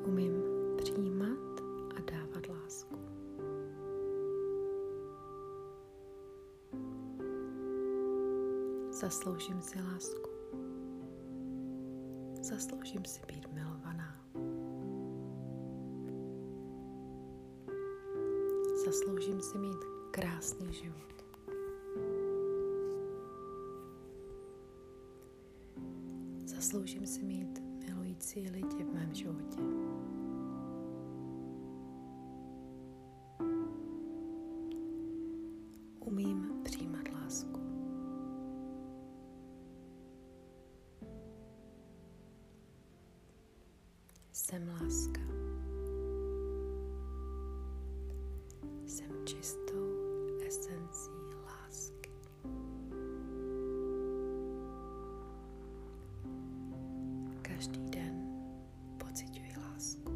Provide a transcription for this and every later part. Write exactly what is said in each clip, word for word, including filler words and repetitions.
Umím přijímat a dávat lásku. Zasloužím si lásku. Zasloužím si být milovaná. Zasloužím si mít krásný život. Zasloužím si mít milující lidi v mém životě. Umím přijímat lásku. Jsem láska. Jsem čistou esencí lásky. Každý den pociťuji lásku.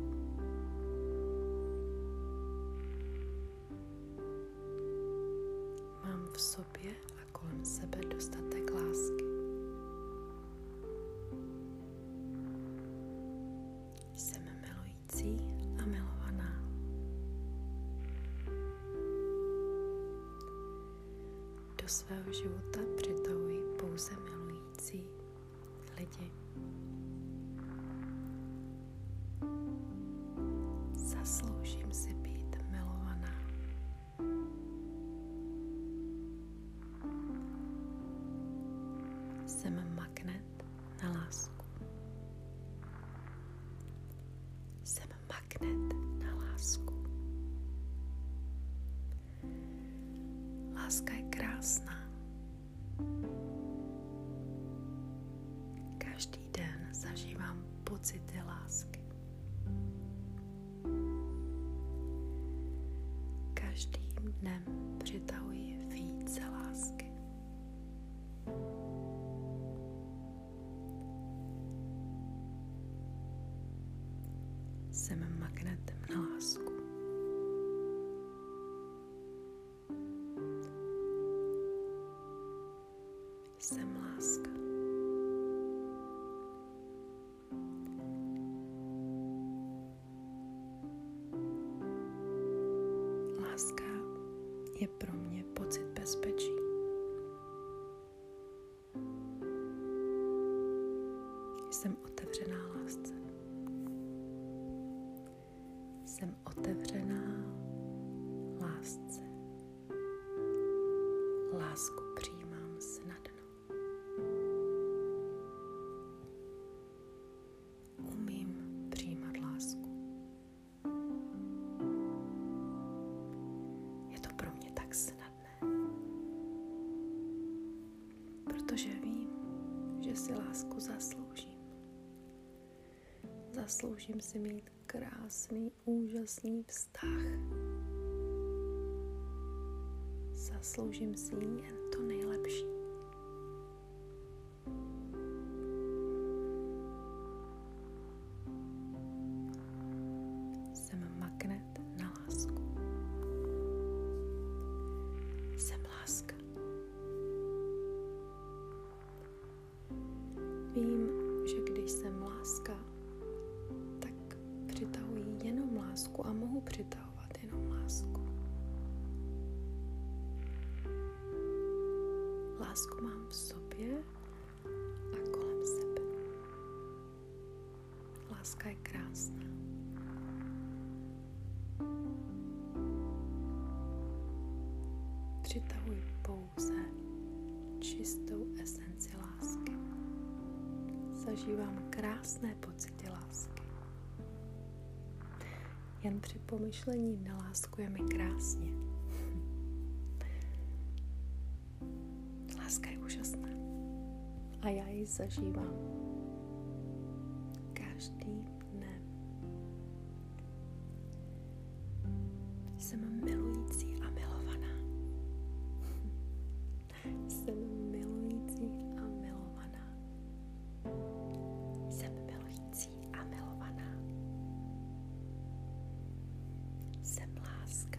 Mám v sobě a kolem sebe dostatek lásky. Jsem milující a milovaná. Do svého života přitahuji pouze milující lidi. Zasloužím si být milovaná. Jsem magnet na lásku. Jsem magnet na lásku. Láska je krásná. Každý den zažívám pocity lásky. Každým dnem přitahuji více lásky. Jsem magnetem na lásku. Jsem láska. Láska je pro mě pocit bezpečí. Jsem otevřená lásce. Jsem otevřená lásce. Lásku přijímám snadno. Umím přijímat lásku. Je to pro mě tak snadné, protože vím, že si lásku zasloužím. Zasloužím si mít krásný, úžasný vztah. Zasloužím si jen to nejlepší. Jsem magnet na lásku. Jsem láska. Vím, že když jsem láska, tak přitahuji jenom lásku a mohu přitahovat jenom lásku. Lásku mám v sobě a kolem sebe. Láska je krásná. Přitahuji pouze čistou esenci lásky. Zažívám krásné pocity lásky. Jen při pomyšlení na lásku je mi krásně. Láska je úžasná a já ji zažívám každým dnem. Jsem milující a milovaná. Jsem milující a milovaná. Jsem milující a milovaná. Jsem láska.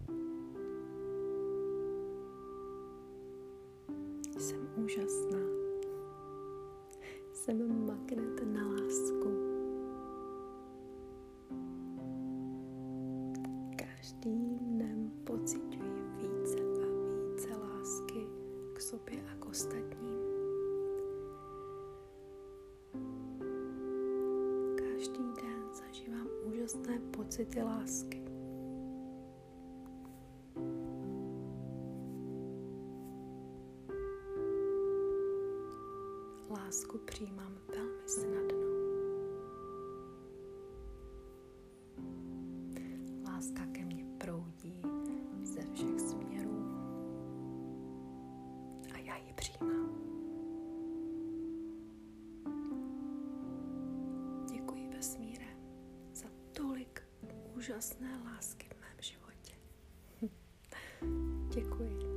Jsem úžasná. Jsem magnet na lásku. každým dnem pociťuji více a více lásky k sobě a k ostatním. Každý den zažívám úžasné pocity lásky. Lásku přijímám velmi snadno. Láska ke mně proudí ze všech směrů a já ji přijímám. Děkuji vesmíre za tolik úžasné lásky v mém životě. Děkuji.